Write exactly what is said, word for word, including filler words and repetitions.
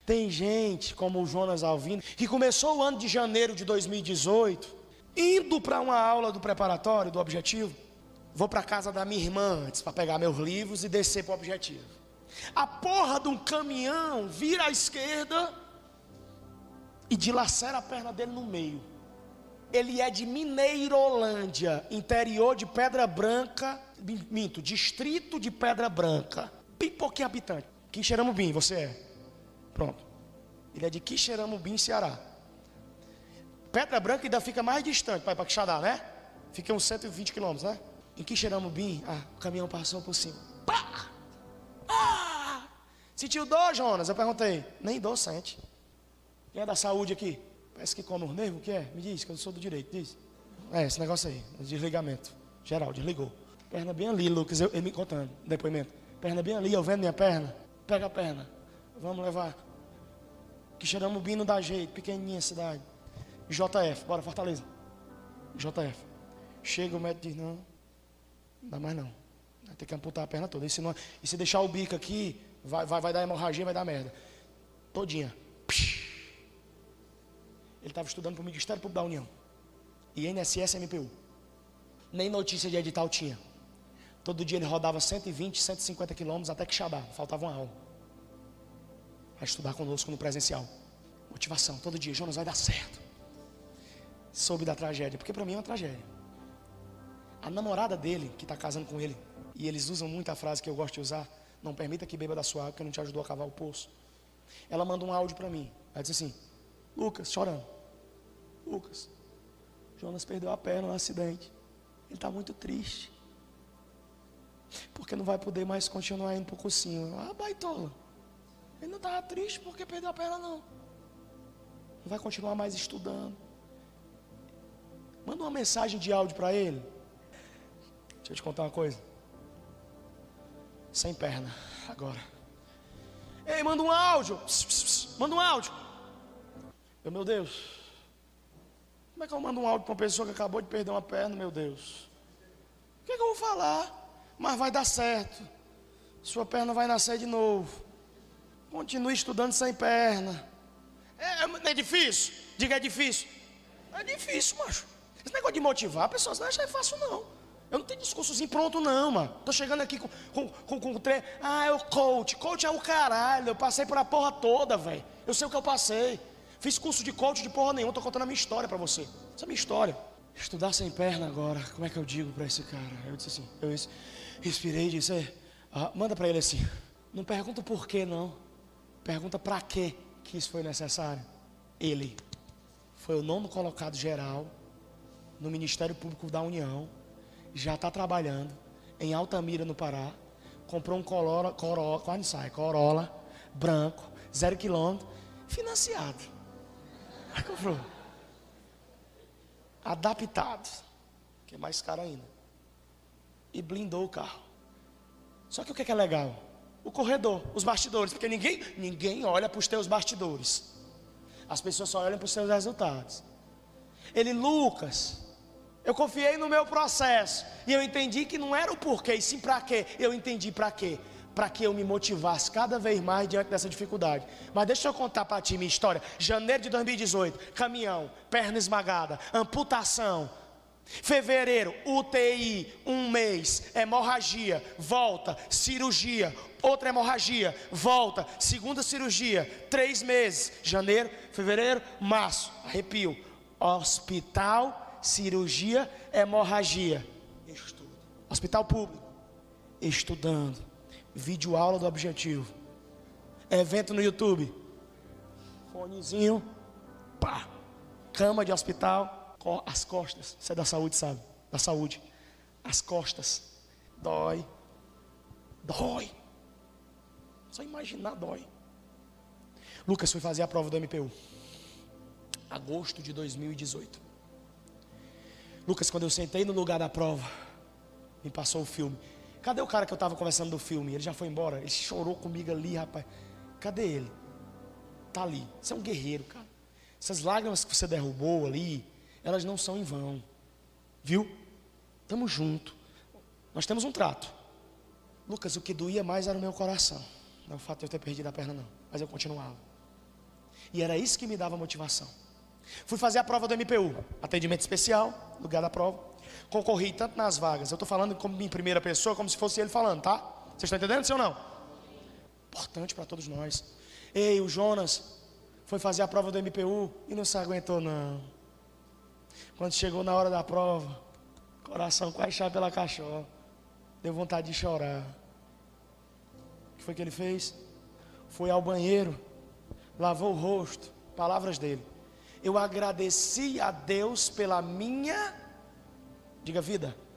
Tem gente como o Jonas Alvino, que começou o ano de janeiro de dois mil e dezoito, indo para uma aula do preparatório, do objetivo. Vou para casa da minha irmã antes, para pegar meus livros e descer para o objetivo. A porra de um caminhão vira à esquerda e dilacera a perna dele no meio. Ele é de Mineirolândia, interior de Pedra Branca, minto, distrito de Pedra Branca, bem pouquinho habitante. Quixeramobim, você é? Pronto. Ele é de Quixeramobim, Ceará. Pedra Branca ainda fica mais distante para ir para Quixadá, né? Fica uns cento e vinte quilômetros, né? Em Quixeramobim, ah, o caminhão passou por cima. Pá! Ah! Sentiu dor, Jonas? Eu perguntei. Nem dor sente. Quem é da saúde aqui? Parece que come os nervos, o que é? Me diz, que eu sou do direito, diz. É, esse negócio aí, desligamento. Geral, desligou. Perna bem ali, Lucas, eu, ele me contando, depoimento. Perna bem ali, eu vendo minha perna. Pega a perna. Vamos levar. Quixeramobim não dá jeito, pequenininha cidade. J F, bora, Fortaleza. J F. Chega, o médico diz, não, não dá mais não. Vai ter que amputar a perna toda. E se, não, e se deixar o bico aqui, vai, vai, vai dar hemorragia, vai dar merda. Todinha. Ele estava estudando para o Ministério Público da União. I N S S, M P U. Nem notícia de edital tinha. Todo dia ele rodava cento e vinte, cento e cinquenta quilômetros até Quixadá. Faltava uma aula. Vai estudar conosco no presencial. Motivação, todo dia. Jonas, vai dar certo. Soube da tragédia, porque para mim é uma tragédia. A namorada dele, que está casando com ele, e eles usam muito a frase que eu gosto de usar: não permita que beba da sua água, que não te ajudou a cavar o poço. Ela manda um áudio para mim. Ela diz assim: Lucas, chorando. Lucas, Jonas perdeu a perna no acidente. Ele está muito triste. Porque não vai poder mais continuar indo para o cursinho. Ah, baitola. Ele não estava triste porque perdeu a perna, não. Não vai continuar mais estudando. Manda uma mensagem de áudio para ele. Deixa eu te contar uma coisa. Sem perna, agora. Ei, manda um áudio. Pss, pss, pss. Manda um áudio. Eu, meu Deus. Como é que eu mando um áudio para uma pessoa que acabou de perder uma perna, meu Deus? O que é que eu vou falar? Mas vai dar certo. Sua perna vai nascer de novo. Continue estudando sem perna. É, é difícil? Diga, é difícil. É difícil, macho. Esse negócio de motivar, a pessoa não acha fácil, não. Eu não tenho discursozinho pronto, não, mano. Tô chegando aqui com, com, com, com o trem. Ah, é o coach. Coach é o caralho. Eu passei por a porra toda, velho. Eu sei o que eu passei. Fiz curso de coach de porra nenhuma. Tô contando a minha história pra você. Essa é a minha história. Estudar sem perna agora. Como é que eu digo pra esse cara? Eu disse assim. Eu respirei e disse: ah, manda pra ele assim. Não pergunta por quê, não. Pergunta pra quê que isso foi necessário. Ele foi o nono colocado geral no Ministério Público da União. Já está trabalhando em Altamira, no Pará. Comprou um Corolla, Corolla, quase sai, Corolla branco, zero quilômetro, financiado. Aí comprou. Adaptado, que é mais caro ainda. E blindou o carro. Só que o que é, que é legal? O corredor, os bastidores, porque ninguém, ninguém olha para os teus bastidores. As pessoas só olham para os seus resultados. Ele, Lucas, eu confiei no meu processo e eu entendi que não era o porquê, e sim para quê. Eu entendi para quê. Para que eu me motivasse cada vez mais diante dessa dificuldade. Mas deixa eu contar para ti minha história. Janeiro de dois mil e dezoito, caminhão, perna esmagada, amputação. Fevereiro, U T I, um mês, hemorragia, volta, cirurgia, outra hemorragia, volta, segunda cirurgia, três meses, janeiro, fevereiro, março, arrepio, hospital, cirurgia, hemorragia, estudo, hospital público, estudando, vídeo aula do objetivo, evento no YouTube, fonezinho, pá, cama de hospital, as costas, você é da saúde, sabe? Da saúde. As costas. Dói. Dói. Só imaginar dói. Lucas foi fazer a prova do M P U. Agosto de dois mil e dezoito. Lucas, quando eu sentei no lugar da prova, me passou o filme. Cadê o cara que eu estava conversando do filme? Ele já foi embora. Ele chorou comigo ali, rapaz. Cadê ele? Tá ali. Você é um guerreiro, cara. Essas lágrimas que você derrubou ali, elas não são em vão. Viu? Estamos juntos. Nós temos um trato. Lucas, o que doía mais era o meu coração. Não é o fato de eu ter perdido a perna, não. Mas eu continuava. E era isso que me dava motivação. Fui fazer a prova do M P U, atendimento especial, lugar da prova. Concorri tanto nas vagas, eu estou falando como em primeira pessoa, como se fosse ele falando, tá? Vocês estão entendendo, sim ou não? Importante para todos nós. Ei, o Jonas foi fazer a prova do M P U e não se aguentou não. Quando chegou na hora da prova, coração quase chá pela cachola, deu vontade de chorar. O que foi que ele fez? Foi ao banheiro, lavou o rosto, palavras dele: eu agradeci a Deus pela minha, diga vida,